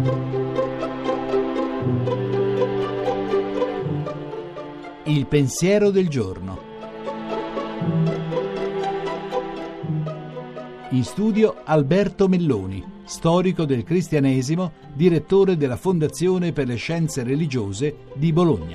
Il pensiero del giorno. In studio Alberto Melloni, storico del cristianesimo, direttore della Fondazione per le Scienze Religiose di Bologna.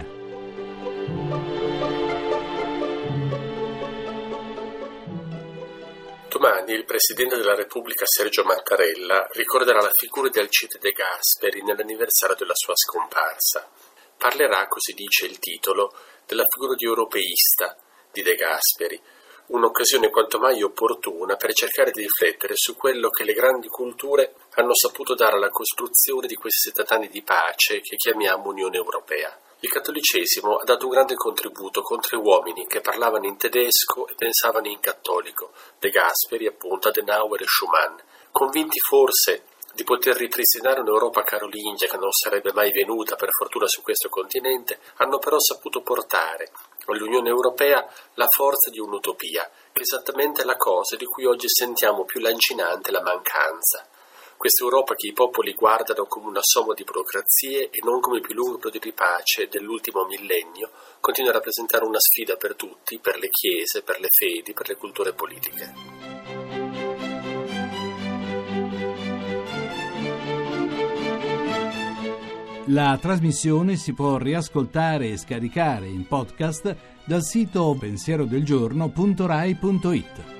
Domani il Presidente della Repubblica Sergio Mattarella ricorderà la figura di Alcide De Gasperi nell'anniversario della sua scomparsa. Parlerà, così dice il titolo, della figura di europeista di De Gasperi, un'occasione quanto mai opportuna per cercare di riflettere su quello che le grandi culture hanno saputo dare alla costruzione di questi 70 anni di pace che chiamiamo Unione Europea. Il cattolicesimo ha dato un grande contributo con 3 uomini che parlavano in tedesco e pensavano in cattolico, De Gasperi, appunto, Adenauer e Schuman, convinti forse di poter ripristinare un'Europa carolingia che non sarebbe mai venuta per fortuna su questo continente, hanno però saputo portare all'Unione Europea la forza di un'utopia, che è esattamente la cosa di cui oggi sentiamo più lancinante la mancanza. Questa Europa che i popoli guardano come una somma di burocrazie e non come il più lungo periodo di pace dell'ultimo millennio, continua a rappresentare una sfida per tutti, per le chiese, per le fedi, per le culture politiche. La trasmissione si può riascoltare e scaricare in podcast dal sito pensierodelgiorno.rai.it.